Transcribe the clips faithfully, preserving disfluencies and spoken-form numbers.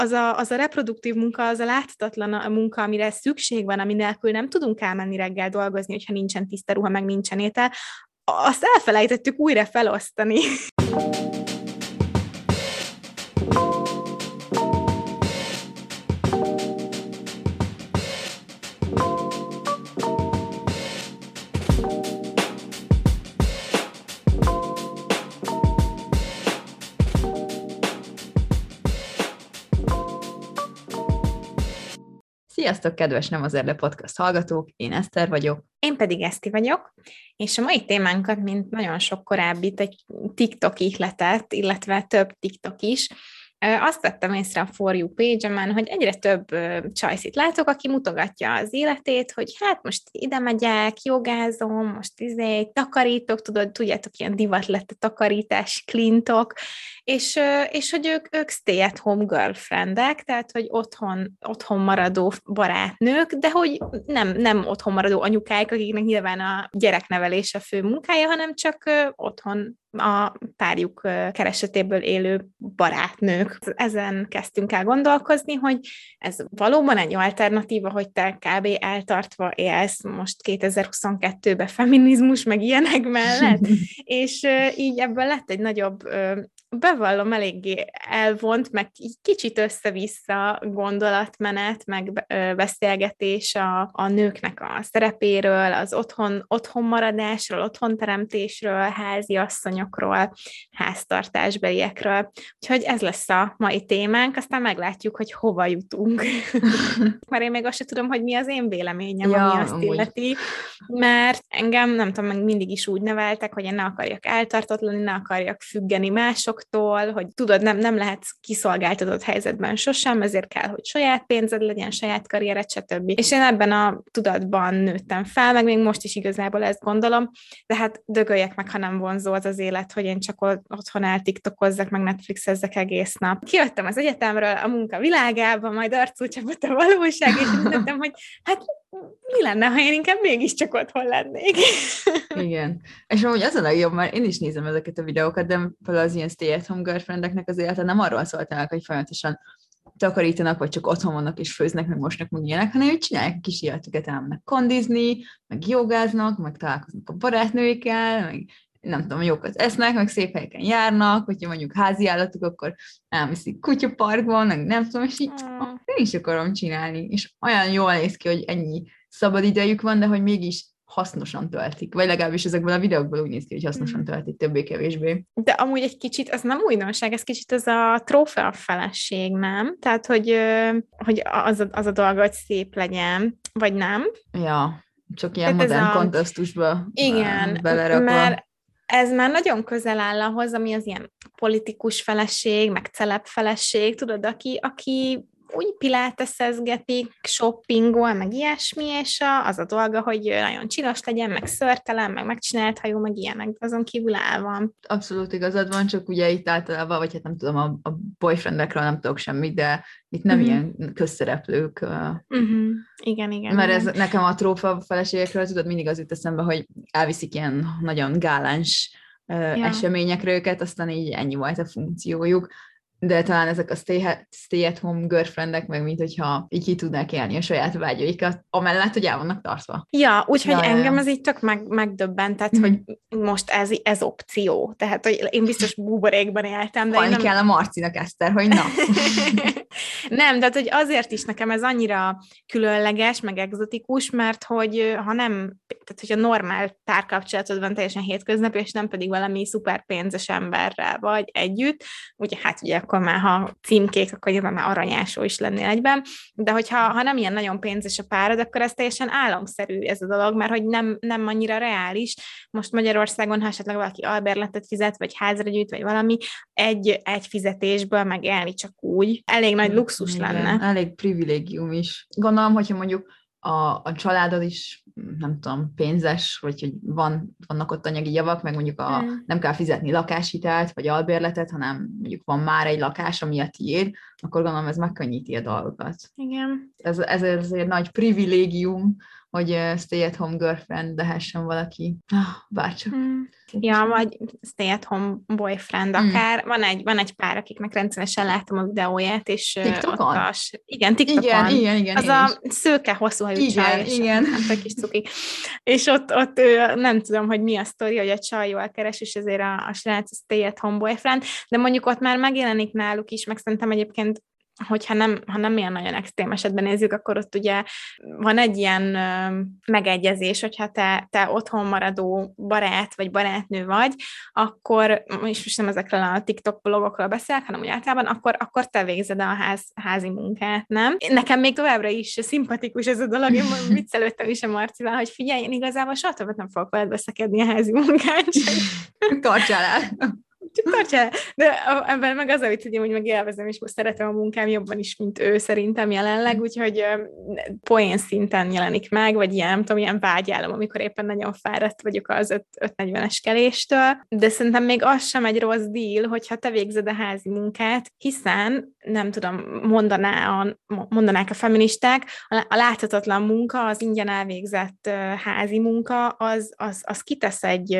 az a, az a reproduktív munka, az a láthatatlan a munka, amire szükség van, ami nélkül nem tudunk elmenni reggel dolgozni, hogyha nincsen tiszta ruha, meg nincsen étel, azt elfelejtettük újra felosztani. Sziasztok, kedves Nem az Erdő Podcast hallgatók, én Eszter vagyok. Én pedig Eszti vagyok, és a mai témánkat, mint nagyon sok korábbit, egy TikTok ihletet, illetve több TikTok is, azt vettem észre a For You page-emen, hogy egyre több csajszit látok, aki mutogatja az életét, hogy hát most ide megyek, jogázom, most izé, takarítok, tudod, tudjátok, ilyen divat lett a takarítás, klintok, és, és hogy ők, ők stay-at-home girlfriendek, tehát, hogy otthon, otthon maradó barátnők, de hogy nem, nem otthon maradó anyukáik, akiknek nyilván a gyereknevelés a fő munkája, hanem csak otthon a párjuk keresetéből élő barátnők. Ezen kezdtünk el gondolkozni, hogy ez valóban egy alternatíva, hogy te kb. Eltartva élsz most kétezer-huszonkettőben feminizmus, meg ilyenek mellett, és így ebből lett egy nagyobb, bevallom, eléggé elvont, meg kicsit össze-vissza gondolatmenet, meg beszélgetés a, a nőknek a szerepéről, az otthon, otthon maradásról, otthonteremtésről, háziasszonyokról, háztartásbeliekről. Úgyhogy ez lesz a mai témánk, aztán meglátjuk, hogy hova jutunk. Mert én még azt sem tudom, hogy mi az én véleményem, ja, ami azt amúgy illeti, mert engem, nem tudom, meg mindig is úgy neveltek, hogy én ne akarjak eltartatlanni, ne akarjak függeni másoktól, hogy tudod, nem, nem lehetsz kiszolgáltatott helyzetben sosem, ezért kell, hogy saját pénzed legyen, saját karriered, stb. És én ebben a tudatban nőttem fel, meg még most is igazából ezt gondolom, de hát dögöljek meg, ha nem vonzó az az élet, hogy én csak otthon eltiktokozzak, meg Netflixezzek egész nap. Kijöttem az egyetemről a munka világába, majd arcul csapott a valóság, és mondtam, hogy hát mi lenne, ha én inkább mégiscsak otthon lennék. Igen. És amúgy az a legjobb, mert én is nézem ezeket a videókat, de például az ilyen stay-at-home girlfriendeknek az élete nem arról szóltanak, hogy folyamatosan takarítanak, vagy csak otthon vannak és főznek, meg mosnak, meg ilyenek, hanem hogy csinálják a kis életüket, elmennek kondizni, meg jogáznak, meg találkoznak a barátnőikkel, meg nem tudom, jókat esznek, meg szép helyeken járnak, hogyha mondjuk házi állatuk, akkor elviszik kutyaparkban, meg nem tudom, és így mm. én is akarom csinálni. És olyan jól néz ki, hogy ennyi szabad idejük van, de hogy mégis hasznosan töltik. Vagy legalábbis ezekből a videókból úgy néz ki, hogy hasznosan töltik, többé-kevésbé. De amúgy egy kicsit, ez nem újdonság, ez kicsit ez a trófea feleség, nem? Tehát, hogy, hogy az, a, az a dolga, hogy szép legyen, vagy nem? Ja, csak ilyen tehát modern a... kontextusba igen, belerakva. Mert ez már nagyon közel áll ahhoz, ami az ilyen politikus feleség, meg celeb feleség, tudod, aki, aki úgy piláteszezgetik, shoppingol, meg ilyesmi, és a, az a dolga, hogy nagyon csinos legyen, meg szőrtelen, meg megcsinált hajú, meg ilyenek, de azon kívül el van. Abszolút igazad van, csak ugye itt általában, vagy hát nem tudom, a, a boyfriendekről nem tudok semmit, de itt nem uh-huh. ilyen közszereplők. Uh-huh. Igen, igen. Mert igen. ez nekem a trófa feleségekről, tudod, mindig az jut eszembe, hogy elviszik ilyen nagyon gáláns ja. eseményekre őket, aztán így ennyi volt a funkciójuk. De talán ezek a stay-at-home girlfriendek, meg mint hogyha így ki tudnák élni a saját vágyaikat, amellett, hogy el vannak tartva. Ja, úgyhogy ja, engem ez így csak meg, megdöbbentett, mm. hogy most ez, ez opció. Tehát, hogy én biztos buborékban éltem. De Halni nem... kell a Marcinak, Eszter, hogy na. Nem, tehát, hogy azért is nekem ez annyira különleges, meg egzotikus, mert hogy ha nem, tehát hogyha normál párkapcsolatod van teljesen hétköznapi, és nem pedig valami szuper pénzes emberrel vagy együtt, ugye hát ugye akkor már, ha címkék, akkor nyilván már aranyásó is lennél egyben, de hogyha ha nem ilyen nagyon pénzes a párod, akkor ez teljesen álomszerű ez a dolog, mert hogy nem, nem annyira reális. Most Magyarországon, ha esetleg valaki albérletet fizet, vagy házra gyűjt, vagy valami, egy, egy fizetésből megélni csak úgy, elég nagy luxus igen, lenne. Elég privilégium is. Gondolom, hogyha mondjuk a, a családod is, nem tudom, pénzes, vagy hogy van, vannak ott anyagi javak, meg mondjuk a, hmm. nem kell fizetni lakáshitelt, vagy albérletet, hanem mondjuk van már egy lakás, ami a tiéd, akkor gondolom ez megkönnyíti a dolgokat. Igen. Ez, ez azért nagy privilégium, hogy uh, stay at home girlfriend lehessen valaki. Ah, bárcsak. Hmm. Ja, vagy stay at home boyfriend Mm. akár. Van egy, van egy pár, akiknek rendszeresen látom a videóját, és TikTokon? ott a, igen, TikTokon. Igen, igen, igen. Az a szőke, hosszú hajú csaj, igen, és igen. nem tök kis cuki. És ott, ott ő, nem tudom, hogy mi a sztori, hogy a csaj jól keres, és ezért a, a srác a stay at home boyfriend, de mondjuk ott már megjelenik náluk is, meg szerintem egyébként hogyha nem, ha nem ilyen nagyon extrém esetben nézzük, akkor ott ugye van egy ilyen ö, megegyezés, hogyha te, te otthon maradó barát vagy barátnő vagy, akkor, és most nem ezekről a TikTok blogokról beszélek, hanem úgy általában, akkor, akkor te végzed a ház, házi munkát, nem? Nekem még továbbra is szimpatikus ez a dolog, én viccelődtem is a Marcival, hogy figyelj, én igazából soha többet nem fogok veled beszekedni a házi munkát. Tartsál el! Csak tartsál, de ebben meg az a vicc, hogy én úgy meg élvezem, és most szeretem a munkám jobban is, mint ő szerintem jelenleg, úgyhogy poén szinten jelenik meg, vagy ilyen, nem tudom, ilyen vágyálom, amikor éppen nagyon fáradt vagyok az öt negyvenes keléstől, de szerintem még az sem egy rossz deal, hogyha te végzed a házi munkát, hiszen, nem tudom, mondaná a, mondanák a feministák, a láthatatlan munka, az ingyen elvégzett házi munka, az, az, az kitesz egy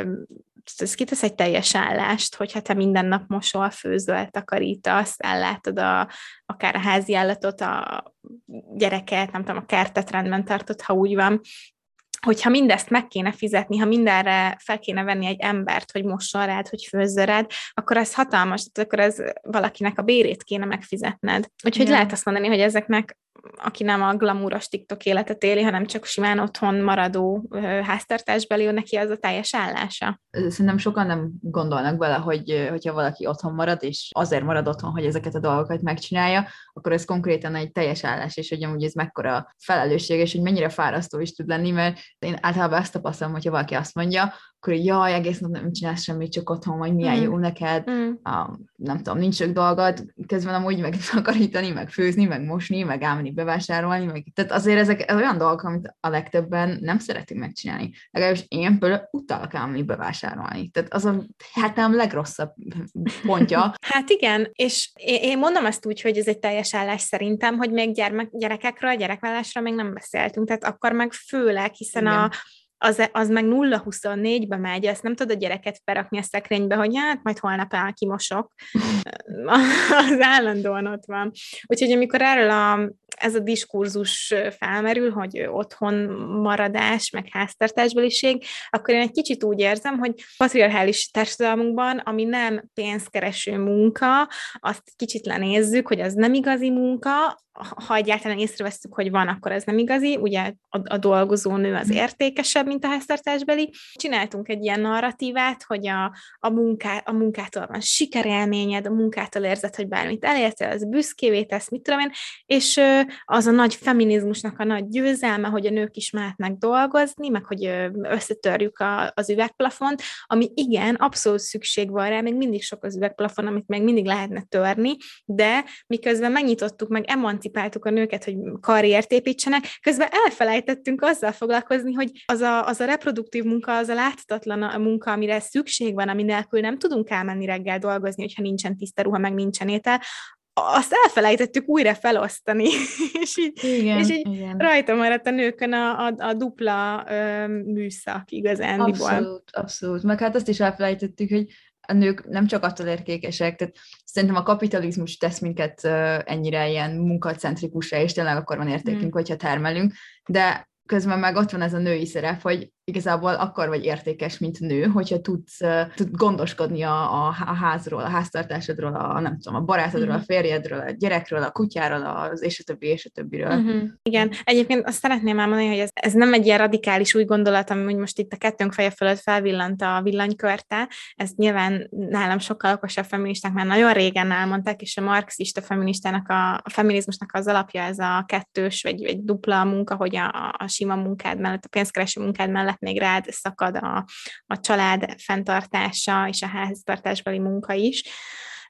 ez kitesz egy teljes állást, hogyha te minden nap mosol, főzöl, takarítasz, ellátod a, akár a házi állatot, a gyereket, nem tudom, a kertet rendben tartod, ha úgy van. Hogyha mindezt meg kéne fizetni, ha mindenre fel kéne venni egy embert, hogy mosson rád, hogy főzzön rád, akkor ez hatalmas, akkor ez valakinek a bérét kéne megfizetned. Úgyhogy ja. Lehet azt mondani, hogy ezeknek, aki nem a glamúros TikTok életet éli, hanem csak simán otthon maradó háztartásbeli, neki az a teljes állása. Szerintem sokan nem gondolnak bele, hogy hogyha valaki otthon marad, és azért marad otthon, hogy ezeket a dolgokat megcsinálja, akkor ez konkrétan egy teljes állás, és hogy amúgy ez mekkora felelősség, és hogy mennyire fárasztó is tud lenni, mert én általában azt tapasztalom, hogyha valaki azt mondja, akkor jaj, egész nap nem csinálsz semmit, csak otthon vagy, milyen mm. jó neked, mm. a, nem tudom, nincs sok dolgod, közben amúgy meg takarítani, meg főzni, meg mosni, meg elmenni bevásárolni, meg... tehát azért ezek olyan dolgok, amit a legtöbben nem szeretünk megcsinálni. Legalábbis én például utálok elmenni bevásárolni. Tehát az a hát nem legrosszabb pontja. Hát igen, és én mondom azt úgy, hogy ez egy teljes állás szerintem, hogy még gyermek, gyerekekről, gyerekvállásra még nem beszéltünk, tehát akkor meg főleg, hiszen igen. a Az, az meg nulla huszonnégybe megy, ezt nem tudod a gyereket berakni a szekrénybe, hogy hát majd holnap el kimosok. Az állandóan ott van. Úgyhogy amikor erről a, ez a diskurzus felmerül, hogy otthon maradás, meg háztartásbeliség, akkor én egy kicsit úgy érzem, hogy patriarchális társadalmunkban, ami nem pénzkereső munka, azt kicsit lenézzük, hogy az nem igazi munka, ha egyáltalán észreveszünk, hogy van, akkor ez nem igazi, ugye a, a dolgozó nő az értékesebb, mint a háztartásbeli. Csináltunk egy ilyen narratívát, hogy a, a, munká, a munkától van sikerélményed, a munkától érzed, hogy bármit elértél, az büszkévé tesz, mit tudom én, és az a nagy feminizmusnak a nagy győzelme, hogy a nők is mehetnek dolgozni, meg hogy összetörjük a, az üvegplafont, ami igen, abszolút szükség van rá, még mindig sok az üvegplafon, amit még mindig lehetne törni, de miközben megnyitottuk, meg emancipáltuk a nőket, hogy karriert építsenek, közben elfelejtettünk azzal foglalkozni, hogy az a, az a reproduktív munka, az a láthatatlan a munka, amire szükség van, ami nélkül nem tudunk elmenni reggel dolgozni, hogyha nincsen tiszta ruha, meg nincsen étel, azt elfelejtettük újra felosztani, és így, igen, és így igen. Rajta maradt a nőkön a, a, a dupla ö, műszak igazándiból. Abszolút, abszolút. Meg hát azt is elfelejtettük, hogy a nők nem csak attól értékesek, tehát szerintem a kapitalizmus tesz minket uh, ennyire ilyen munkacentrikusra, és tényleg akkor van értékünk, hmm. hogyha termelünk, de közben meg ott van ez a női szerep, hogy igazából akkor vagy értékes, mint nő, hogyha tudsz, uh, tudsz gondoskodni a, a, a házról, a háztartásodról, a, nem tudom, a barátodról, mm-hmm. a férjedről, a gyerekről, a kutyáról, az és a többi, és a többiről. Mm-hmm. Igen, egyébként azt szeretném elmondani, hogy ez, ez nem egy ilyen radikális új gondolat, ami most itt a kettőnk feje fölött felvillant a villanykörte, ez nyilván nálam sokkal okosabb feministák már nagyon régen elmondták, és a marxista feministának, a, a feminizmusnak az alapja ez a kettős, vagy, vagy dupla munka, hogy a, a sima munkád mellett, a pénzkereső munkád mellett még rád szakad a, a család fenntartása és a háztartásbeli munka is.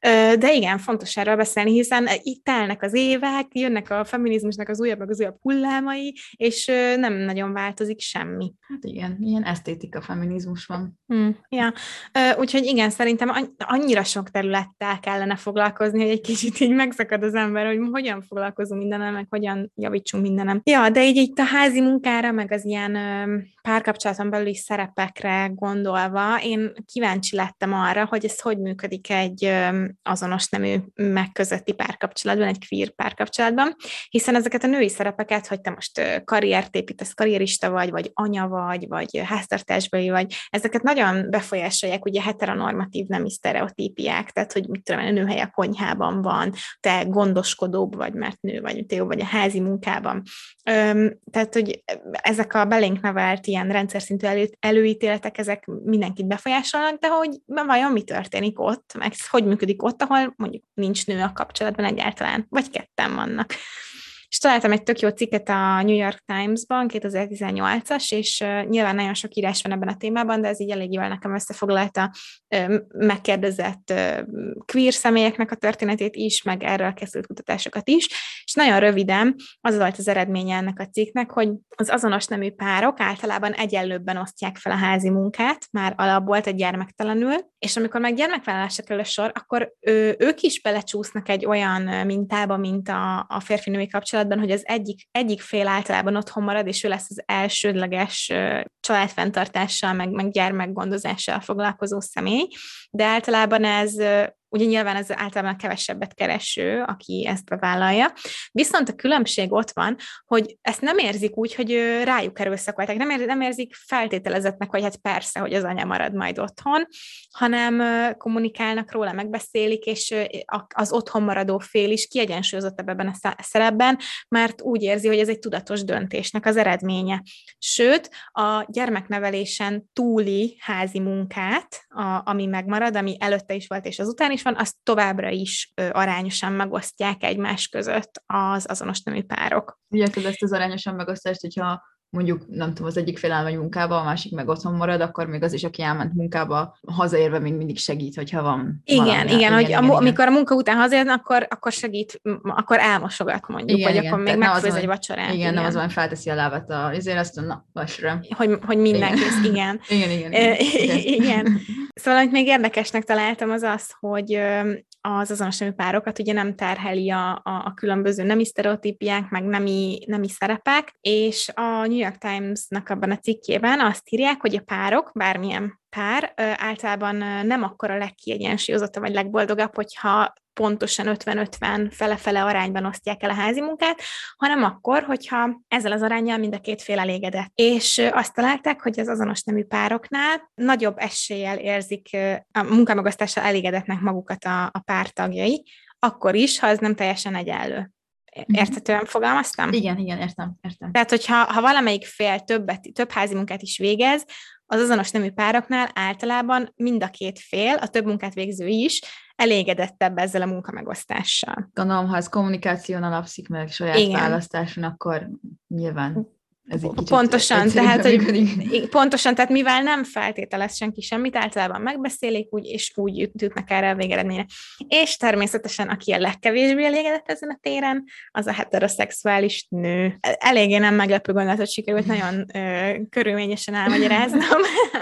De igen, fontos erről beszélni, hiszen itt telnek az évek, jönnek a feminizmusnak az újabb, meg az újabb hullámai, és nem nagyon változik semmi. Hát igen, ilyen esztétika feminizmus van. Hmm, ja. Úgyhogy igen, szerintem annyira sok területtel kellene foglalkozni, hogy egy kicsit így megszakad az ember, hogy hogyan foglalkozunk mindennel, meg hogyan javítsunk mindenem. Ja, de így itt a házi munkára, meg az ilyen párkapcsolaton belüli szerepekre gondolva, én kíváncsi lettem arra, hogy ez hogy működik egy azonos nemű megközötti párkapcsolatban, egy queer párkapcsolatban, hiszen ezeket a női szerepeket, hogy te most karriert építesz, karrierista vagy, vagy anya vagy, vagy háztartásbeli vagy, ezeket nagyon befolyásolják ugye heteronormatív nemi sztereotípiák, tehát hogy mit tudom, a nőhely a konyhában van, te gondoskodóbb vagy, mert nő vagy, te jó vagy a házi munkában. Öm, tehát, hogy ezek a belénk nevelt ilyen rendszer szintű elő, előítéletek, ezek mindenkit befolyásolnak, de hogy vajon mi történik ott, meg hogy működik ott, ahol mondjuk nincs nő a kapcsolatban egyáltalán, vagy ketten vannak. És találtam egy tök jó cikket a New York Times-ban, kétezer-tizennyolcas, és uh, nyilván nagyon sok írás van ebben a témában, de ez így elég jól nekem összefoglalta uh, megkérdezett uh, queer személyeknek a történetét is, meg erről készült kutatásokat is, és nagyon röviden az volt az eredménye ennek a cikknek, hogy az azonos nemű párok általában egyenlőbben osztják fel a házi munkát, már alapból, egy gyermektelenül, és amikor meg gyermekvállalásra kerül a sor, akkor ő, ők is belecsúsznak egy olyan mintába, mint a, a férfi-női kapcsolatban, hogy az egyik, egyik fél általában otthon marad, és ő lesz az elsődleges családfenntartással, meg, meg gyermekgondozással foglalkozó személy, de általában ez ugye nyilván ez általában kevesebbet kereső, aki ezt bevállalja. Viszont a különbség ott van, hogy ezt nem érzik úgy, hogy rájuk erőszakolták, nem, ér, nem érzik feltételezetnek, hogy hát persze, hogy az anya marad majd otthon, hanem kommunikálnak róla, megbeszélik, és az otthon maradó fél is kiegyensúlyozottabb ebben a szerepben, mert úgy érzi, hogy ez egy tudatos döntésnek az eredménye. Sőt, a gyermeknevelésen túli házi munkát, a, ami megmarad, ami előtte is volt, és azután is van, azt továbbra is ö, arányosan megosztják egymás között az azonos nemű párok. Ugye ezt az arányosan megosztást, hogyha mondjuk, nem tudom, az egyik fél elmegy munkába, a másik meg otthon marad, akkor még az is, aki elment munkába, hazaérve még mindig segít, hogyha van igen, valami. Igen, igen, hogy igen, a, amikor a munka után hazajön, akkor, akkor segít, akkor elmosogat mondjuk, igen, vagy igen, akkor még megfőz egy vacsorát. Igen, igen, nem az van, felteszi a lábat a, ezért azt mondja, na, vasra. Hogy, hogy minden igen. kész, igen. igen, igen. igen. igen. igen. Szóval, amit még érdekesnek találtam, az az, hogy az azonos nemű párokat ugye nem terheli a, a, a különböző nemi sztereotípiák, meg nemi, nemi szerepek, és a New York Times-nak abban a cikkében azt írják, hogy a párok, bármilyen pár, általában nem akkor a legkiegyensúlyozottabb vagy legboldogabb, hogyha pontosan ötven-ötven fele-fele arányban osztják el a házi munkát, hanem akkor, hogyha ezzel az aránnyal mind a két fél elégedett. És azt találták, hogy az azonos nemű pároknál nagyobb eséllyel érzik a munkamegosztással elégedetnek magukat a, a pártagjai, akkor is, ha ez nem teljesen egyenlő. Érthetően fogalmaztam? Igen, igen, értem, értem. Tehát, hogyha ha valamelyik fél többet, több házi munkát is végez, az azonos nemű pároknál általában mind a két fél, a több munkát végző is elégedettebb ezzel a munkamegosztással. Gondolom, ha ez kommunikáción alapszik meg saját igen. választáson, akkor nyilván ez egy kicsit pontosan, tehát, hogy, pontosan, tehát mivel nem feltételez senki semmit, általában megbeszélik úgy, és úgy jutnak erre a végeredményre. És természetesen, aki a legkevésbé elégedett ezen a téren, az a heteroszexuális nő. Eléggé nem meglepő gondolatot sikerült nagyon ö, körülményesen elmagyaráznom.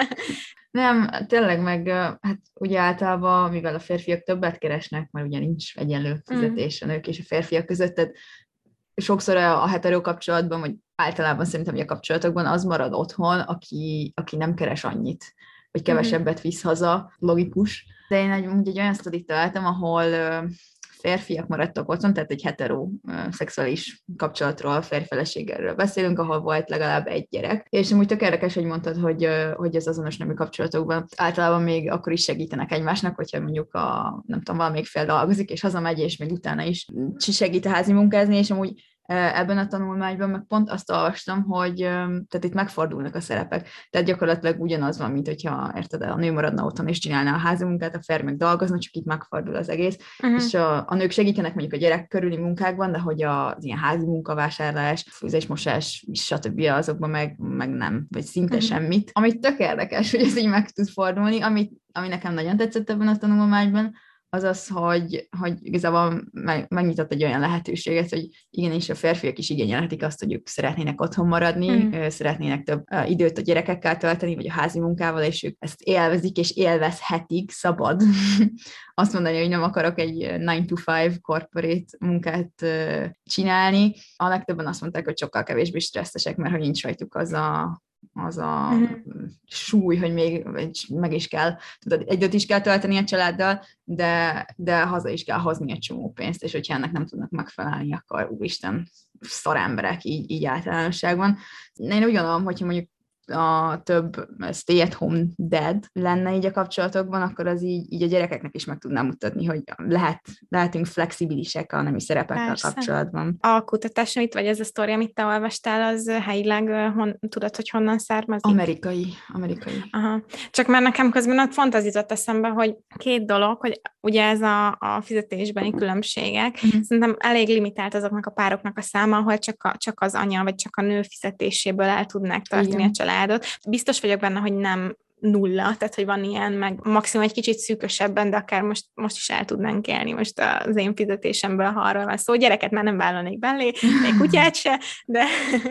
Nem, tényleg meg, hát ugye általában, mivel a férfiak többet keresnek, mert ugye nincs egyenlő fizetés a nők és a férfiak között, tehát sokszor a hetero kapcsolatban, vagy általában szerintem, hogy a kapcsolatokban az marad otthon, aki, aki nem keres annyit, vagy kevesebbet visz haza, logikus. De én egy, egy olyan sztorit találtam, ahol férfiak maradtak otthon, tehát egy hetero szexuális kapcsolatról, férfeleséggel beszélünk, ahol volt legalább egy gyerek. És amúgy tök érdekes, hogy mondtad, hogy, hogy az azonos nemű kapcsolatokban általában még akkor is segítenek egymásnak, hogyha mondjuk a, nem tudom, valamelyik fél dolgozik, és hazamegy, és még utána is segít a házi munkázni, és amúgy ebben a tanulmányban meg pont azt olvastam, hogy tehát itt megfordulnak a szerepek. Tehát gyakorlatilag ugyanaz van, mint hogyha érted, a nő maradna otthon és csinálná a házi munkát, a férj meg dolgozna, csak itt megfordul az egész. Uh-huh. És a, a nők segítenek mondjuk a gyerek körüli munkákban, de hogy az ilyen házi munkavásárlás, főzésmosás, stb. Azokban meg, meg nem, vagy szinte uh-huh. semmit. Amit tök érdekes, hogy ez így meg tud fordulni, amit, ami nekem nagyon tetszett ebben a tanulmányban, az az, hogy, hogy igazából meg, megnyitott egy olyan lehetőséget, hogy igenis a férfiak is igényelhetik azt, hogy ők szeretnének otthon maradni, mm. szeretnének több uh, időt a gyerekekkel tölteni, vagy a házi munkával, és ők ezt élvezik, és élvezhetik, szabad azt mondani, hogy nem akarok egy nine to five corporate munkát uh, csinálni. A legtöbben azt mondták, hogy sokkal kevésbé stresszesek, mert hogy nincs rajtuk az a az a uh-huh. súly, hogy még meg is kell, tudod, egyet is kell tölteni a családdal, de, de haza is kell hozni egy csomó pénzt, és hogyha ennek nem tudnak megfelelni, akkor úristen, szar emberek így, így általánosságban. Én úgy gondolom, hogyha mondjuk a több stay-at-home dad lenne így a kapcsolatokban, akkor az így, így a gyerekeknek is meg tudnám mutatni, hogy lehet, lehetünk flexibilisek a nemi szerepekkel Persze. kapcsolatban. A kutatás, amit, vagy ez a sztori, amit te olvastál, az helyileg hon, tudod, hogy honnan származik? Amerikai. Amerikai. Aha. Csak már nekem közben ott pont az jutott eszembe, hogy két dolog, hogy ugye ez a, a fizetésbeni különbségek, mm. szerintem elég limitált azoknak a pároknak a száma, ahol csak, a, csak az anya, vagy csak a nő fizetéséből el tudnák tartani Igen. a családot. Biztos vagyok benne, hogy nem nulla, tehát hogy van ilyen, meg maximum egy kicsit szűkösebben, de akár most, most is el tudnánk élni most az én fizetésemből, ha arról van szó. Gyereket már nem vállalnék belé, még kutyát se, de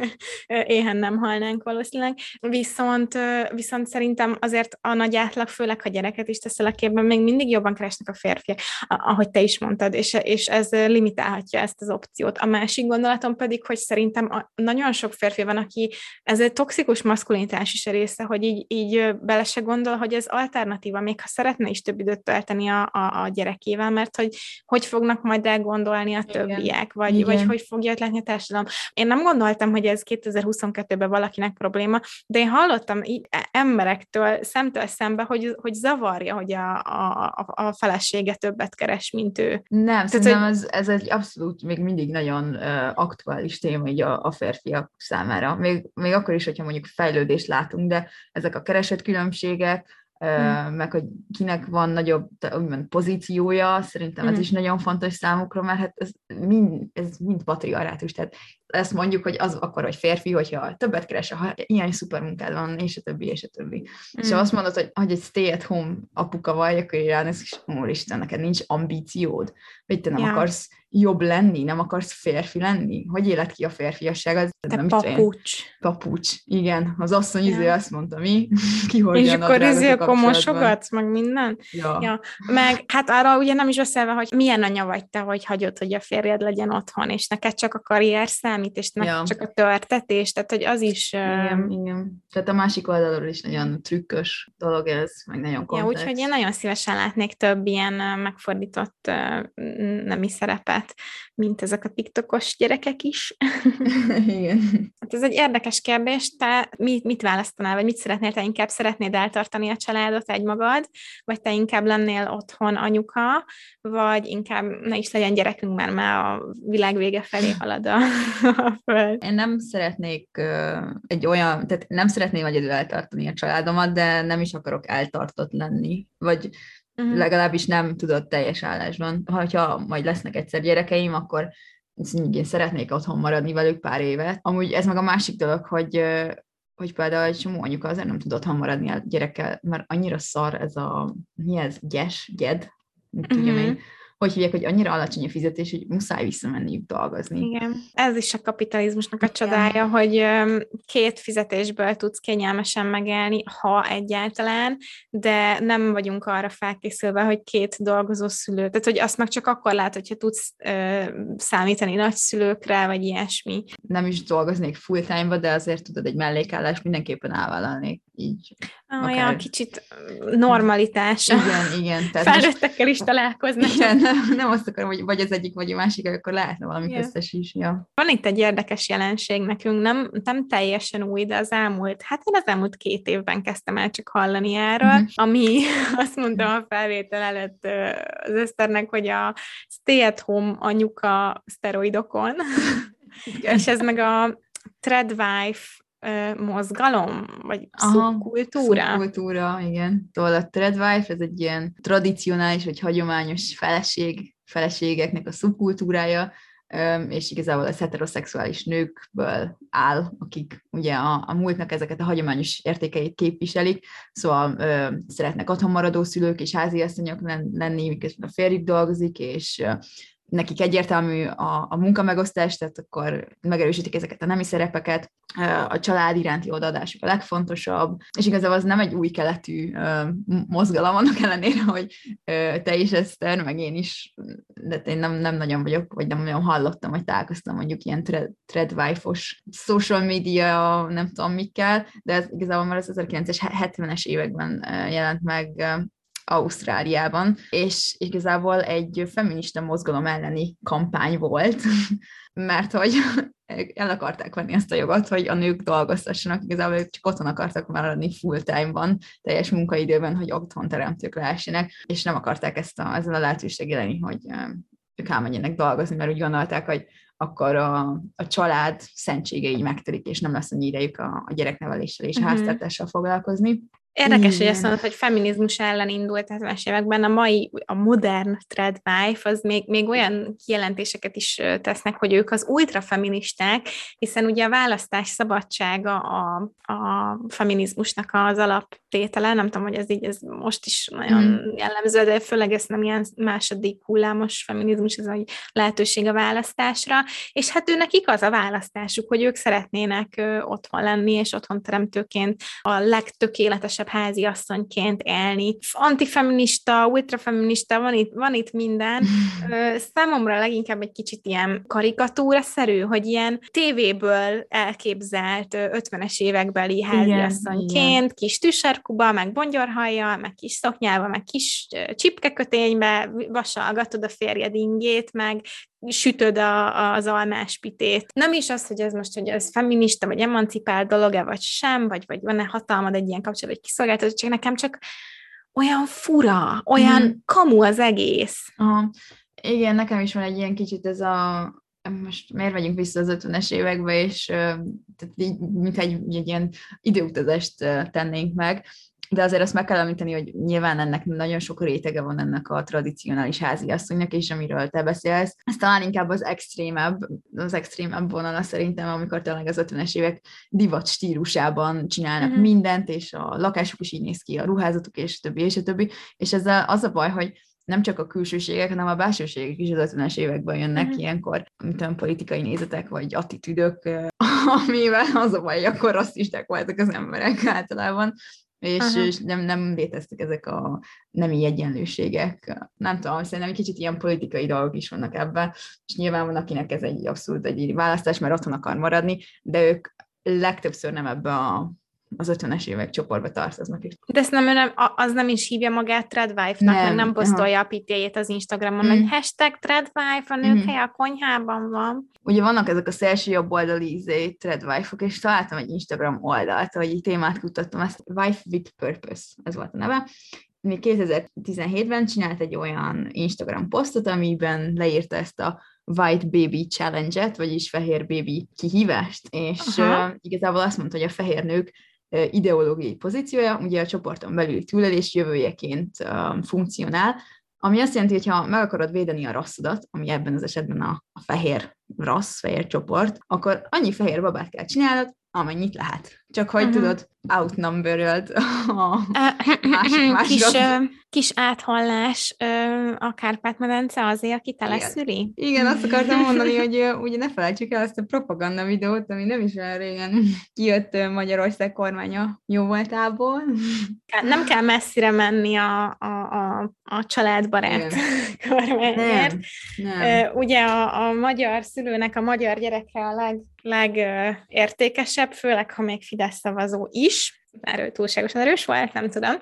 éhen nem halnánk valószínűleg. Viszont, viszont szerintem azért a nagy átlag, főleg ha gyereket is teszel a képben, még mindig jobban keresnek a férfiak, ahogy te is mondtad, és, és ez limitálhatja ezt az opciót. A másik gondolatom pedig, hogy szerintem a, nagyon sok férfi van, aki ez egy toxikus maszkulinitás is a része, hogy így, így bele se gondol, hogy ez alternatíva, még ha szeretne is több időt tölteni a, a, a gyerekével, mert hogy hogy fognak majd elgondolni a többiek, vagy, vagy hogy fogja látni a társadalom. Én nem gondoltam, hogy ez kétezer-huszonkettőben valakinek probléma, de én hallottam így emberektől szemtől szembe, hogy, hogy zavarja, hogy a, a, a felesége többet keres, mint ő. Nem, Tehát, szerintem hogy... ez, ez egy abszolút még mindig nagyon uh, aktuális téma így a, a férfiak számára. Még, még akkor is, hogyha mondjuk fejlődést látunk, de ezek a keresett különbségek, Hmm. meg hogy kinek van nagyobb úgymond pozíciója, szerintem ez hmm. is nagyon fontos számukra, mert hát ez mind, ez mind patriarhátus, tehát ezt mondjuk, hogy az akkor vagy férfi, hogyha többet keres, ha ilyen szuper munkád van, és a többi, és a többi. Mm. És ha azt mondod, hogy, hogy egy stay-at-home apuka vagy, akkor ránéz, és úristen, neked nincs ambíciód, hogy te nem ja. akarsz jobb lenni, nem akarsz férfi lenni. Hogy élet ki a férfiasság? Az, te nem papucs. Papucs, igen. Az asszony ja. izé azt mondta, mi? Kihordja és akkor izé akkor mosogatsz, meg minden? Ja. ja. Meg hát arra ugye nem is beszélve, hogy milyen anya vagy te, hogy hagyod, hogy a férjed legyen otthon, és neked csak a karrier számít, és neked ja. csak a törtetés, tehát hogy az is... Igen, uh... igen. Tehát a másik oldalról is nagyon trükkös dolog ez, meg nagyon komplex. Ja, úgyhogy én nagyon szívesen látnék több ilyen megfordított uh, nemi szerepet, mint ezek a tiktokos gyerekek is. Igen. Hát ez egy érdekes kérdés, te mit, mit választanál, vagy mit szeretnél, te inkább szeretnéd eltartani a családot egymagad, vagy te inkább lennél otthon anyuka, vagy inkább ne is legyen gyerekünk, mert már a világ vége felé halad a, a föld. Én nem szeretnék uh, egy olyan, tehát nem szeretném egyedül eltartani a családomat, de nem is akarok eltartott lenni, vagy uh-huh. legalábbis nem tudod teljes állásban. Ha majd lesznek egyszer gyerekeim, akkor én szeretnék otthon maradni velük pár évet. Amúgy ez meg a másik dolog, hogy, hogy például egy csomó anyuka azért nem tud otthon maradni a gyerekkel, mert annyira szar ez a, mi ez, gyes, gyed, tudjam én, hogy hívják, hogy annyira alacsony a fizetés, hogy muszáj visszamenniük dolgozni. Igen. Ez is a kapitalizmusnak a csodája, hogy két fizetésből tudsz kényelmesen megélni, ha egyáltalán, de nem vagyunk arra felkészülve, hogy két dolgozó szülő, tehát hogy azt meg csak akkor lát, hogyha tudsz ö, számítani nagyszülőkre, vagy ilyesmi. Nem is dolgoznék full time-ba, de azért tudod, egy mellékállás mindenképpen elvállalnék. Így. Ah, akár... ja, kicsit normalitás. Igen, igen. Felnőttekkel is találkoznak. Igen, nem, nem azt akarom, hogy vagy az egyik, vagy a másik, akkor lehetne valami yeah. köztes is. Ja. Van itt egy érdekes jelenség nekünk, nem, nem teljesen új, de az elmúlt, hát én az elmúlt két évben kezdtem el csak hallani erről, uh-huh. ami azt mondtam a felvétel előtt az Eszternek, hogy a stay-at-home anyuka szteroidokon, és ez meg a threadwife mozgalom, vagy szubkultúra. Szubkultúra, igen. Szóval a threadwife, ez egy ilyen tradicionális, vagy hagyományos feleség, feleségeknek a szubkultúrája. és igazából ez heteroszexuális nőkből áll, akik ugye a, a múltnak ezeket a hagyományos értékeit képviselik, szóval ö, szeretnek otthonmaradó szülők és háziasszonyok lenni, miközben a férjük dolgozik, és ö, nekik egyértelmű a, a munkamegosztás, tehát akkor megerősítik ezeket a nemi szerepeket, a család iránti odaadásuk a legfontosabb, és igazából az nem egy új keletű uh, mozgalom, annak ellenére, hogy uh, te is, Eszter, meg én is, de én nem, nem nagyon vagyok, vagy nem nagyon hallottam, hogy találkoztam mondjuk ilyen threadwife-os social media, nem tudom mikkel, de ez igazából már az ezerkilencszázhetvenes években uh, jelent meg uh, Ausztráliában, és igazából egy feminista mozgalom elleni kampány volt, mert hogy el akarták venni ezt a jogot, hogy a nők dolgoztassanak, igazából ők csak otthon akartak maradni full time-ban, teljes munkaidőben, hogy otthon teremtők lehessenek, és nem akarták ezt a, ezzel a lehetőséggel lenni, hogy ők elmenjenek dolgozni, mert úgy gondolták, hogy akkor a, a család szentsége így megtörik, és nem lesz annyi idejük a, a gyerekneveléssel és a uh-huh. háztartással foglalkozni. Érdekes, hogy azt mondod, hogy feminizmus ellen indult a hetvenes években, a mai, a modern threadwife, az még, még olyan kijelentéseket is tesznek, hogy ők az ultrafeministák, hiszen ugye a választás szabadsága a, a feminizmusnak az alaptétele, nem tudom, hogy ez így, ez most is nagyon mm. jellemző, de főleg ez nem ilyen második hullámos feminizmus, ez a lehetőség a választásra, és hát ő nekik az a választásuk, hogy ők szeretnének otthon lenni, és otthon teremtőként a legtökéletesebb háziasszonyként élni. Antifeminista, ultrafeminista, van itt, van itt minden. Számomra leginkább egy kicsit ilyen karikatúraszerű, hogy ilyen tévéből elképzelt ötvenes évekbeli háziasszonyként, kis tűsarkuba, meg bongyorhajjal, meg kis szoknyával, meg kis csipkeköténybe vasalgatod a férjed ingét, meg sütöd a, az almáspitét. Nem is az, hogy ez most, hogy ez feminista, vagy emancipált dolog-e, vagy sem, vagy, vagy van-e hatalmad egy ilyen kapcsolat, vagy kiszolgáltatottság, nekem csak olyan fura, olyan mm. kamu az egész. Aha. Igen, nekem is van egy ilyen kicsit ez a, most miért megyünk vissza az ötvenes évekbe, és tehát így, mint egy, egy ilyen időutazást tennénk meg, de azért azt meg kell említeni, hogy nyilván ennek nagyon sok rétege van ennek a tradicionális háziasszonynak, és amiről te beszélsz. Ez talán inkább az extrémebb, az extrémebb vonala szerintem, amikor talán az ötvenes évek divat stílusában csinálnak uh-huh. mindent, és a lakásuk is így néz ki, a ruházatuk, és többi, és a többi. És ezzel az a baj, hogy nem csak a külsőségek, hanem a belsőségek is az ötvenes években jönnek uh-huh. ilyenkor, mint olyan politikai nézetek, vagy attitűdök, amivel az a baj, hogy akkor rasszisták voltak az emberek általában, és, és nem, nem léteztek ezek a nemi egyenlőségek. Nem tudom, szerintem egy kicsit ilyen politikai dolgok is vannak ebben, és nyilván van, akinek ez egy abszolút egy választás, mert otthon akar maradni, de ők legtöbbször nem ebbe a az ötvenes évek csoportba tartoznak is. De ezt nem, nem, az nem is hívja magát threadwife-nak, nem, meg nem posztolja aha. a pitjeit az Instagramon, mm. hogy hashtag threadwife, a nők mm. helye a konyhában van. Ugye vannak ezek a szélső jobb oldali izé, threadwife-ok, és találtam egy Instagram oldalt, hogy így témát kutattam, ezt Wife with Purpose, ez volt a neve. Még kétezer-tizenhétben csinált egy olyan Instagram posztot, amiben leírta ezt a White Baby Challenge-et, vagyis fehér baby kihívást, és uh, igazából azt mondta, hogy a fehér nők ideológiai pozíciója, ugye a csoporton belül túlélés jövőjeként um, funkcionál, ami azt jelenti, hogy ha meg akarod védeni a rasszodat, ami ebben az esetben a, a fehér rassz, fehér csoport, akkor annyi fehér babát kell csinálnod, amennyit lehet. Csak hogy uh-huh. tudod, outnumbered a másik, másik kis, kis áthallás a Kárpát-medence azért, aki teleszüli? Igen, azt akartam mondani, hogy ugye ne felejtsük el azt a propaganda videót, ami nem is olyan régen kijött Magyarország kormánya jó voltából. Nem kell messzire menni a, a, a, a családbarát kormányért. Nem, nem. Ugye a, a magyar szülőnek a magyar gyerekre a leg, legértékesebb, főleg, ha még Fidesz szavazó is. Erről túlságosan erős volt, nem tudom.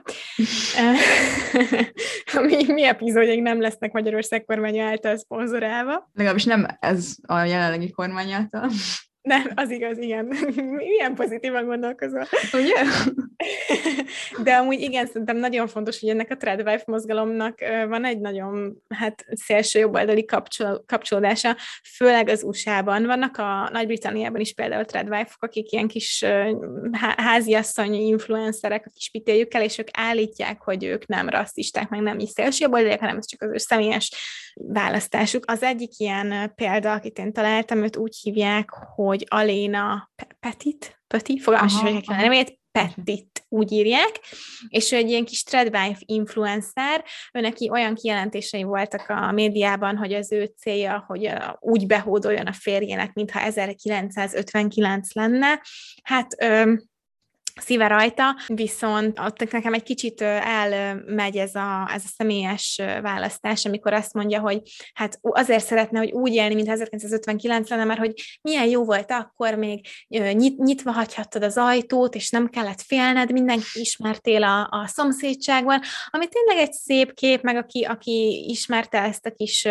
mi, mi epizódjaink nem lesznek Magyarország kormánya által szponzorálva. Legalábbis nem ez a jelenlegi kormány által. Nem, az igaz, igen. Milyen pozitívan gondolkozol. Ugye? De amúgy igen, szerintem nagyon fontos, hogy ennek a tradwife mozgalomnak van egy nagyon hát szélső jobboldali kapcsol- kapcsolódása, főleg az u es á-ban. Vannak a Nagy-Britanniában is például tradwife-ok, akik ilyen kis háziasszony influencerek a kis pitéjükkel, és ők állítják, hogy ők nem rasszisták, meg nem is szélső jobboldaliak, hanem ez csak az ő személyes választásuk. Az egyik ilyen példa, akit én találtam, őt úgy hívják, hogy Aléna Petit, Petit, fogalmas is, hogy kell a nevét, Petit, úgy írják, és ő egy ilyen kis tradwife influencer, ő neki olyan kijelentései voltak a médiában, hogy az ő célja, hogy úgy behódoljon a férjének, mintha ezerkilencszázötvenkilenc lenne. Hát... Öm, szíve rajta, viszont ott nekem egy kicsit elmegy ez a, ez a személyes választás, amikor azt mondja, hogy hát azért szeretne, hogy úgy élni, mint ezerkilencszázötvenkilenc lenne, mert hogy milyen jó volt akkor, még nyit, nyitva hagyhattad az ajtót, és nem kellett félned, mindenki ismertél a, a szomszédságban, ami tényleg egy szép kép, meg aki, aki ismerte ezt a kis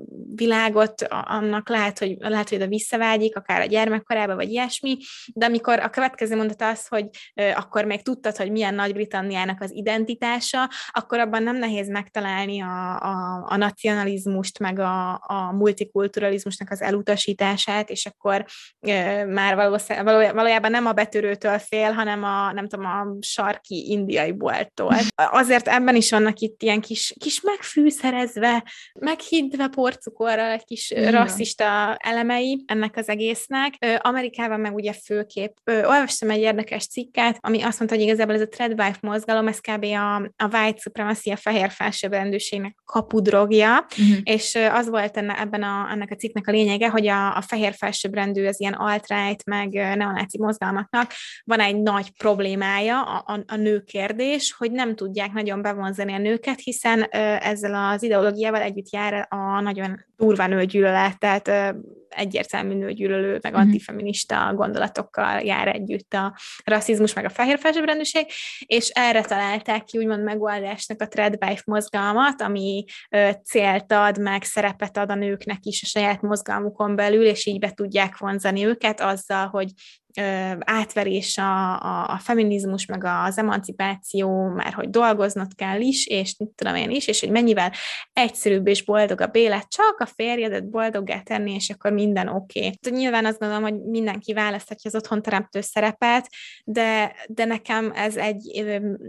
világot, annak lehet, hogy, lehet, hogy oda visszavágyik, akár a gyermekkorába, vagy ilyesmi, de amikor a következő mondat az, hogy akkor még tudtad, hogy milyen Nagy-Britanniának az identitása, akkor abban nem nehéz megtalálni a, a, a nacionalizmust, meg a, a multikulturalizmusnak az elutasítását, és akkor e, már valójában nem a betörőtől fél, hanem a, nem tudom, a sarki indiai bolttól. Azért ebben is vannak itt ilyen kis, kis megfűszerezve, meghidve porcukorral egy kis igen. rasszista elemei ennek az egésznek. Amerikában meg ugye főképp, olvastam egy érdekes cikket, ami azt mondta, hogy igazából ez a tradwife mozgalom, ez kb. a, a white supremacy, a fehér felsőbbrendűségnek kapudrogja, uh-huh. és az volt enne, ebben a, ennek a cikknek a lényege, hogy a, a fehér felsőbbrendű, az ilyen alt-right, meg neonáci mozgalmaknak van egy nagy problémája, a, a, a nőkérdés, hogy nem tudják nagyon bevonzani a nőket, hiszen ezzel az ideológiával együtt jár a nagyon durva nőgyűlölet, tehát egyértelmű nőgyűlölő, meg antifeminista gondolatokkal jár együtt a rasszizmus, meg a fehér felsőbbrendűség, és erre találták ki úgymond megoldásnak a tradwife mozgalmat, ami ö, célt ad, meg szerepet ad a nőknek is a saját mozgalmukon belül, és így be tudják vonzani őket azzal, hogy átverés a, a, a feminizmus, meg az emancipáció, már hogy dolgoznod kell is, és mit tudom én is, és hogy mennyivel egyszerűbb és boldogabb élet, csak a férjedet boldoggá tenni, és akkor minden oké. Okay. Nyilván azt gondolom, hogy mindenki választhatja az otthonteremtő szerepet, de, de nekem ez egy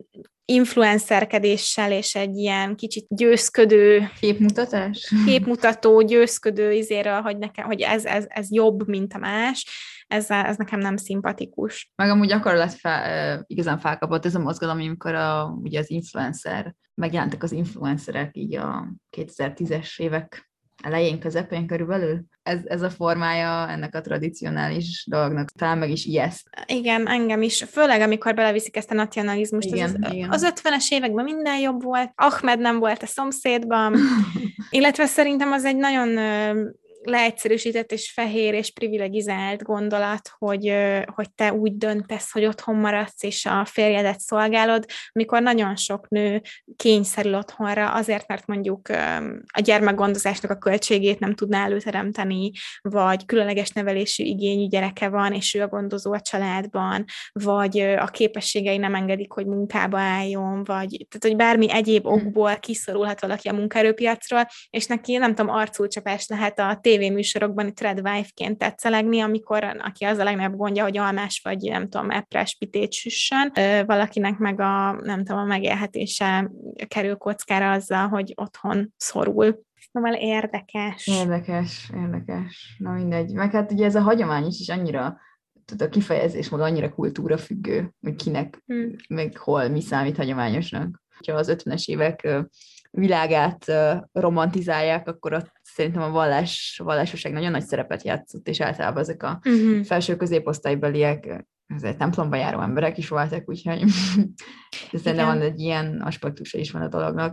influencerkedéssel és egy ilyen kicsit győzködő képmutatás, képmutató, győzködő izéről, hogy, nekem, hogy ez, ez, ez jobb, mint a más, ez, ez nekem nem szimpatikus. Meg amúgy akkor lett fel, igazán felkapott ez a mozgalom, amikor a, ugye az influencer, megjelentek az influencerek így a kétezer-tízes évek elején, közepén körülbelül. Ez, ez a formája ennek a tradicionális dolognak. Talán meg is ijeszt. Igen, engem is. Főleg, amikor beleviszik ezt a nacionalizmust. Igen, az, igen. Az ötvenes években minden jobb volt. Ahmed nem volt a szomszédban. Illetve szerintem az egy nagyon leegyszerűsített és fehér és privilegizált gondolat, hogy, hogy te úgy döntesz, hogy otthon maradsz, és a férjedet szolgálod, amikor nagyon sok nő kényszerül otthonra, azért, mert mondjuk a gyermekgondozásnak a költségét nem tudná előteremteni, vagy különleges nevelésű igényű gyereke van, és ő a gondozó a családban, vagy a képességei nem engedik, hogy munkába álljon, vagy tehát, hogy bármi egyéb okból kiszorulhat valaki a munkaerőpiacról, és neki, nem tudom, arculcsapás lehet a tévéműsorokban tradwife-ként tetszelegni, amikor aki az a legnagyobb gondja, hogy almás vagy, nem tudom, epres pitét süssön, valakinek meg a, nem tudom, a megélhetése kerül kockára azzal, hogy otthon szorul. Szóval érdekes. Érdekes, érdekes. Na mindegy. Meg hát ugye ez a hagyomány is, is annyira, tudod, a kifejezés maga annyira kultúrafüggő, hogy kinek, hmm. meg hol, mi számít hagyományosnak. Ha az ötvenes évek világát romantizálják, akkor ott szerintem a vallás, vallásosság nagyon nagy szerepet játszott, és általában ezek a uh-huh. felső középosztálybeliek, ezért templomba járó emberek is voltak, úgyhogy szerintem van egy ilyen aspektusa is van a dolognak.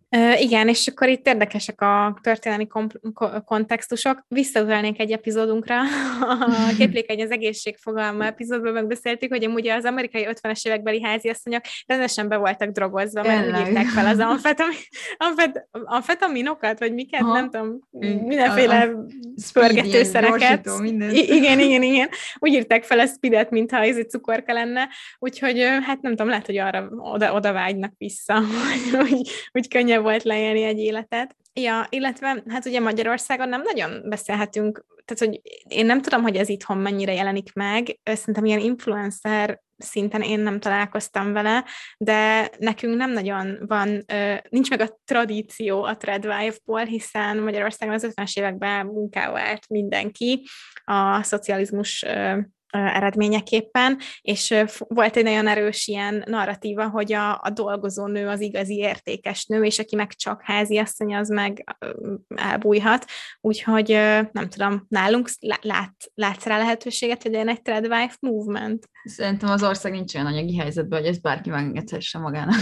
Uh, igen, és akkor itt érdekesek a történelmi komp- ko- kontextusok. Visszautalnék egy epizódunkra, a Képlékeny az egészség fogalma epizódban megbeszéltük, hogy amúgy az amerikai ötvenes évekbeli háziasszonyok rendesen be voltak drogozva, mert úgy írták fel az amfetami- amfet- amfetaminokat, vagy miket, Aha. nem tudom, A, a mindenféle speed, ilyen pörgetőszereket. gyorsító, minden. I- igen, igen, igen. Úgy írták fel a speedet, mintha ez egy cukorka lenne, úgyhogy hát nem tudom, lehet, hogy arra oda, oda vágynak vissza, hogy, hogy könnyebb volt leélni egy életet. Ja, illetve hát ugye Magyarországon nem nagyon beszélhetünk, tehát hogy én nem tudom, hogy ez itthon mennyire jelenik meg, szerintem ilyen influencer szinten én nem találkoztam vele, de nekünk nem nagyon van, nincs meg a tradíció a Threadwife-ból, hiszen Magyarországon az ötvenes években munkával állt mindenki a szocializmus eredményeképpen, és volt egy nagyon erős ilyen narratíva, hogy a, a dolgozó nő az igazi értékes nő, és aki meg csak háziasszony, az meg elbújhat. Úgyhogy nem tudom, nálunk lát, látsz rá lehetőséget, hogy legyen egy Threadwife movement? Szerintem az ország nincs olyan anyagi helyzetben, hogy ezt bárki megengedhesse magának.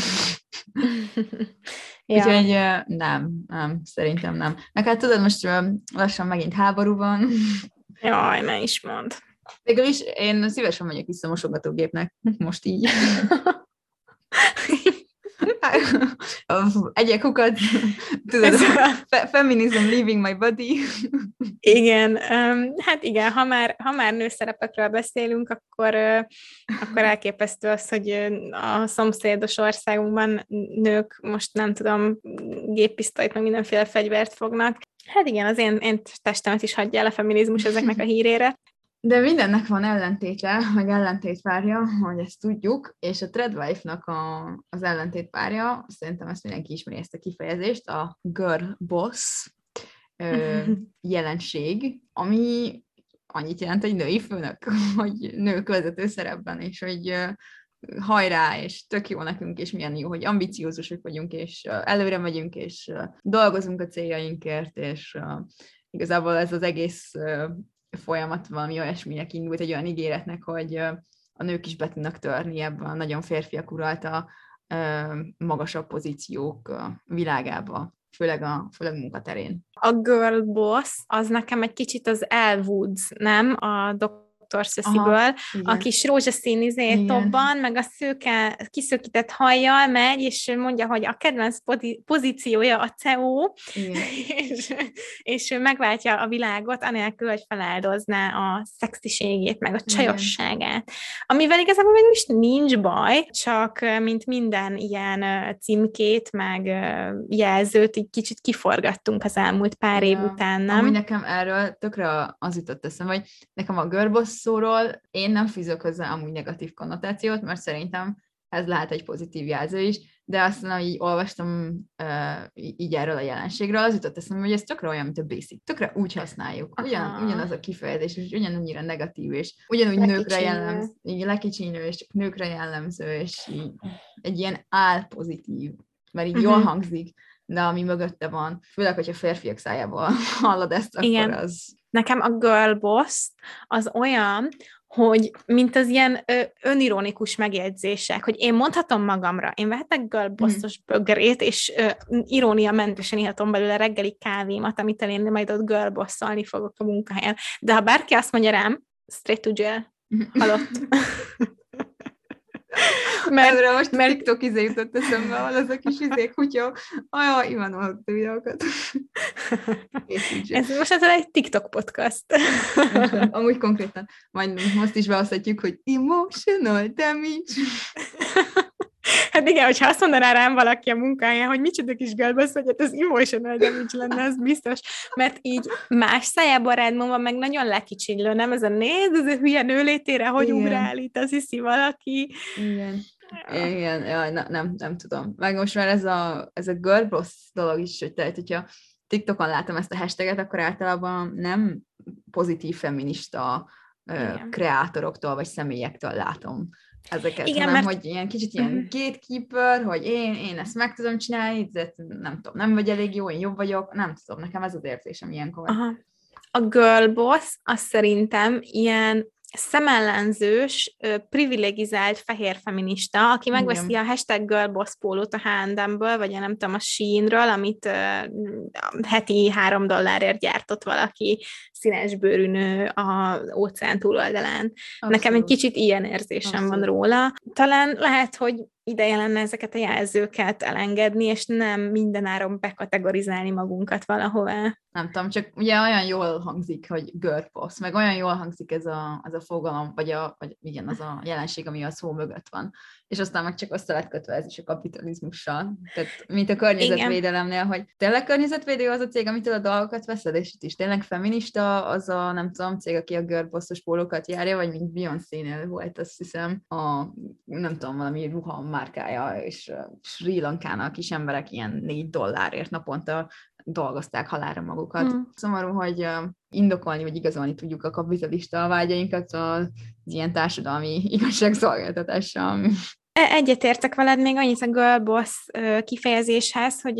Ja. Úgyhogy nem, nem, szerintem nem. Meg hát tudod, most lassan megint háború van. Jaj, ne is mondd. Végül is én szívesen megyek vissza mosogatógépnek, most így. Egyek kukat, tudod, fe- feminism leaving my body. Igen, um, hát igen, ha már, ha már nőszerepekről beszélünk, akkor, uh, akkor elképesztő az, hogy a szomszédos országunkban nők most nem tudom, géppisztolyt, meg mindenféle fegyvert fognak. Hát igen, az én, én testemet is hagyja el a feminizmus ezeknek a hírére. De mindennek van ellentéte, meg ellentétpárja, hogy ezt tudjuk, és a Threadwife-nak a, az ellentétpárja, szerintem ezt mindenki ismeri ezt a kifejezést, a girl boss ö, jelenség, ami annyit jelent, hogy női főnök, hogy nők vezető szerepben, és hogy ö, hajrá, és tök jó nekünk, és milyen jó, hogy ambiciózusok vagyunk, és ö, előre megyünk, és ö, dolgozunk a céljainkért, és ö, igazából ez az egész ö, folyamat valami olyasminek indult, egy olyan ígéretnek, hogy a nők is be tudnak törni ebben a nagyon férfiak uralta magasabb pozíciók világába, főleg a, főleg munkaterén. A girl boss, az nekem egy kicsit az Elle Woods, nem? A doktor Szösziből, a kis rózsaszín izé tobban, meg a szőke, kiszökített hajjal megy, és mondja, hogy a kedvenc pozíciója a cé e o, és, és megváltja a világot, anélkül, hogy feláldozná a szexiségét, meg a csajosságát. Amivel igazából még is nincs baj, csak mint minden ilyen címkét, meg jelzőt, így kicsit kiforgattunk az elmúlt pár ja. év után, nem? Ami nekem erről tökre az jutott eszembe, hogy nekem a girl boss szóról én nem fűzök hozzá amúgy negatív konnotációt, mert szerintem ez lehet egy pozitív jelző is, de aztán, hogy így olvastam uh, így erről a jelenségről, az jutott eszembe, hogy ez tökre olyan, mint a basic. Tökre úgy használjuk. Ugyan, ugyanaz a kifejezés, és ugyanannyira negatív, és ugyanúgy nőkre jellemző, így lekicsinő, és csak nőkre jellemző, és így egy ilyen álpozitív, mert így uh-huh. jól hangzik, de ami mögötte van, főleg, hogyha férfiak szájából hallod ezt, akkor igen. az... Nekem a girl boss az olyan, hogy mint az ilyen ö, önironikus megjegyzések, hogy én mondhatom magamra, én vehetek girl bossos mm. bögrét, és ö, iróniamentesen ihatom belőle reggeli kávémat, amit én majd ott girl bosszolni fogok a munkahelyen. De ha bárki azt mondja rám, straight to jail, halott. Mert, Előre most mert... TikTok izé jutott eszembe, ahol az a kis izék, kutya, ajaj, imádom a videókat. Ez most ez egy TikTok podcast. Amúgy konkrétan, majd most is beosztatjuk, hogy emotional damage. Hát igen, hogyha azt mondaná rám valaki a munkáján, hogy micsoda kis girlboss vagy, hát az emotional damage lenne, az biztos. Mert így más szájában rádmon van, meg nagyon lekicsinlő, nem? Ez a nézd, ez a hülye nőlétére, hogy igen. ugrál itt, az hiszi valaki. Igen. Igen, jaj, ne, nem, nem tudom. Meg most már ez a, ez a girlboss dolog is, hogy tehát, hogyha TikTokon látom ezt a hashtaget, akkor általában nem pozitív feminista uh, kreátoroktól vagy személyektől látom ezeket, igen, hanem mert... hogy ilyen kicsit ilyen gatekeeper, hogy én, én ezt meg tudom csinálni, de nem tudom, nem vagy elég jó, én jobb vagyok, nem tudom, nekem ez az érzésem ilyenkor. Aha. A girl boss, az szerintem ilyen szemellenzős, privilegizált fehér feminista, aki megveszi Igen. a hashtag girlboss pólót a há és em-ből, vagy nem tudom, a Sheinről, amit uh, heti három dollárért gyártott valaki színes bőrű nő az óceán túloldalán. Abszolút. Nekem egy kicsit ilyen érzésem Abszolút. Van róla. Talán lehet, hogy ideje lenne ezeket a jelzőket elengedni, és nem mindenáron bekategorizálni magunkat valahová. Nem tudom, csak ugye olyan jól hangzik, hogy girlboss, meg olyan jól hangzik ez a, ez a fogalom, vagy, a, vagy igen, az a jelenség, ami a szó mögött van. És aztán meg csak össze lett kötve ez is a kapitalizmussal. Tehát, mint a környezetvédelemnél, hogy tényleg környezetvédő az a cég, amitől a dolgokat veszed, és itt is tényleg feminista az a, nem tudom, cég, aki a girlbossos pólókat járja, vagy mint Beyoncé-nél volt, azt hiszem, a, nem tudom, valami ruha márkája, és Sri Lankának kis emberek ilyen négy dollárért naponta dolgozták halálra magukat. Hmm. Szomorú, hogy indokolni, vagy igazolni tudjuk a kapitalista vágyainkat az ilyen társadalmi igazságszolgáltatással. Egyetértek veled még annyit a girlboss kifejezéshez, hogy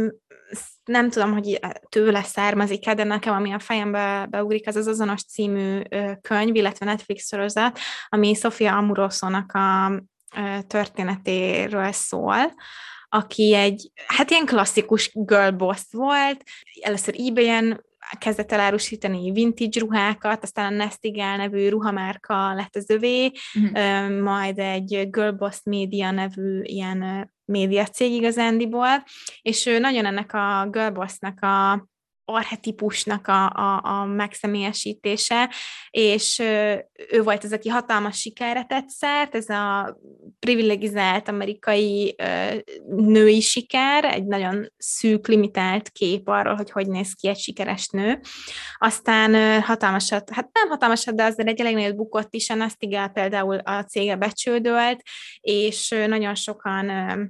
nem tudom, hogy tőle származik-e, de nekem, ami a fejembe beugrik, az az Azonos című könyv, illetve Netflix sorozat, ami Sofia Amorosónak a történetéről szól, aki egy, hát ilyen klasszikus girlboss volt, először eBay-en kezdett el árusítani vintage ruhákat, aztán a Nestigel nevű ruhamárka lett az övé, uh-huh. majd egy Girlboss Media nevű ilyen médiacég igazándiból, és ő nagyon ennek a girlbossnak a archetípusnak a, a, a megszemélyesítése, és ő volt az, aki hatalmas sikerre tett szert, ez a privilegizált amerikai női siker, egy nagyon szűk, limitált kép arról, hogy hogy néz ki egy sikeres nő. Aztán hatalmasat, hát nem hatalmasat, de azért egy elég nagyot bukott is, a Nestigel például a cége becsődölt, és nagyon sokan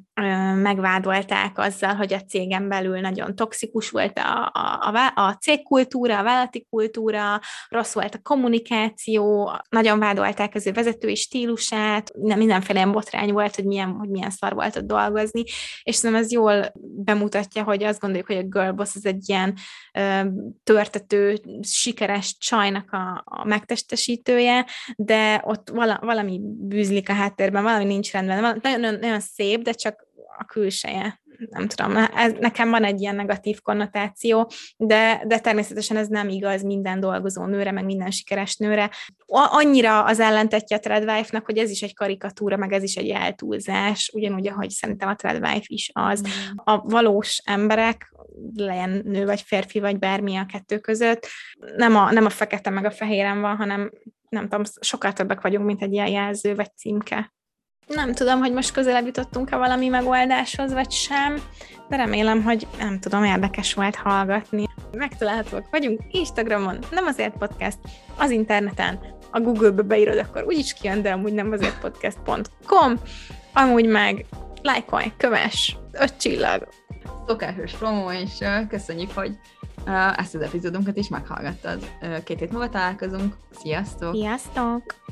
megvádolták azzal, hogy a cégen belül nagyon toxikus volt a, a A, a cégkultúra, a vállalati kultúra, rossz volt a kommunikáció, nagyon vádolták az ő vezetői stílusát, nem mindenféle ilyen botrány volt, hogy milyen, hogy milyen szar volt ott dolgozni, és szerintem ez jól bemutatja, hogy azt gondoljuk, hogy a girlboss az egy ilyen ö, törtető, sikeres csajnak a, a megtestesítője, de ott vala, valami bűzlik a háttérben, valami nincs rendben, nagyon, nagyon szép, de csak a külseje. Nem tudom, ez, nekem van egy ilyen negatív konnotáció, de, de természetesen ez nem igaz minden dolgozó nőre, meg minden sikeres nőre. Annyira az ellentetje a Threadwife-nak, hogy ez is egy karikatúra, meg ez is egy eltúlzás, ugyanúgy, ahogy szerintem a Threadwife is az. A valós emberek, legyen nő vagy férfi, vagy bármi a kettő között, nem a, nem a fekete meg a fehéren van, hanem nem tudom, sokkal többek vagyunk, mint egy ilyen jelző vagy címke. Nem tudom, hogy most közelebb jutottunk-e valami megoldáshoz, vagy sem, de remélem, hogy nem tudom, érdekes volt hallgatni. Megtalálhatóak vagyunk Instagramon, Nem azért podcast, az interneten, a Google-be beírod, akkor úgyis kijön, de amúgy nem azért podcast pont com, amúgy meg lájkolj, kövess, öt csillag. Szokásos promó, és uh, köszönjük, hogy uh, ezt az epizódunkat is meghallgattad. Uh, két hét múlva találkozunk. Sziasztok! Sziasztok!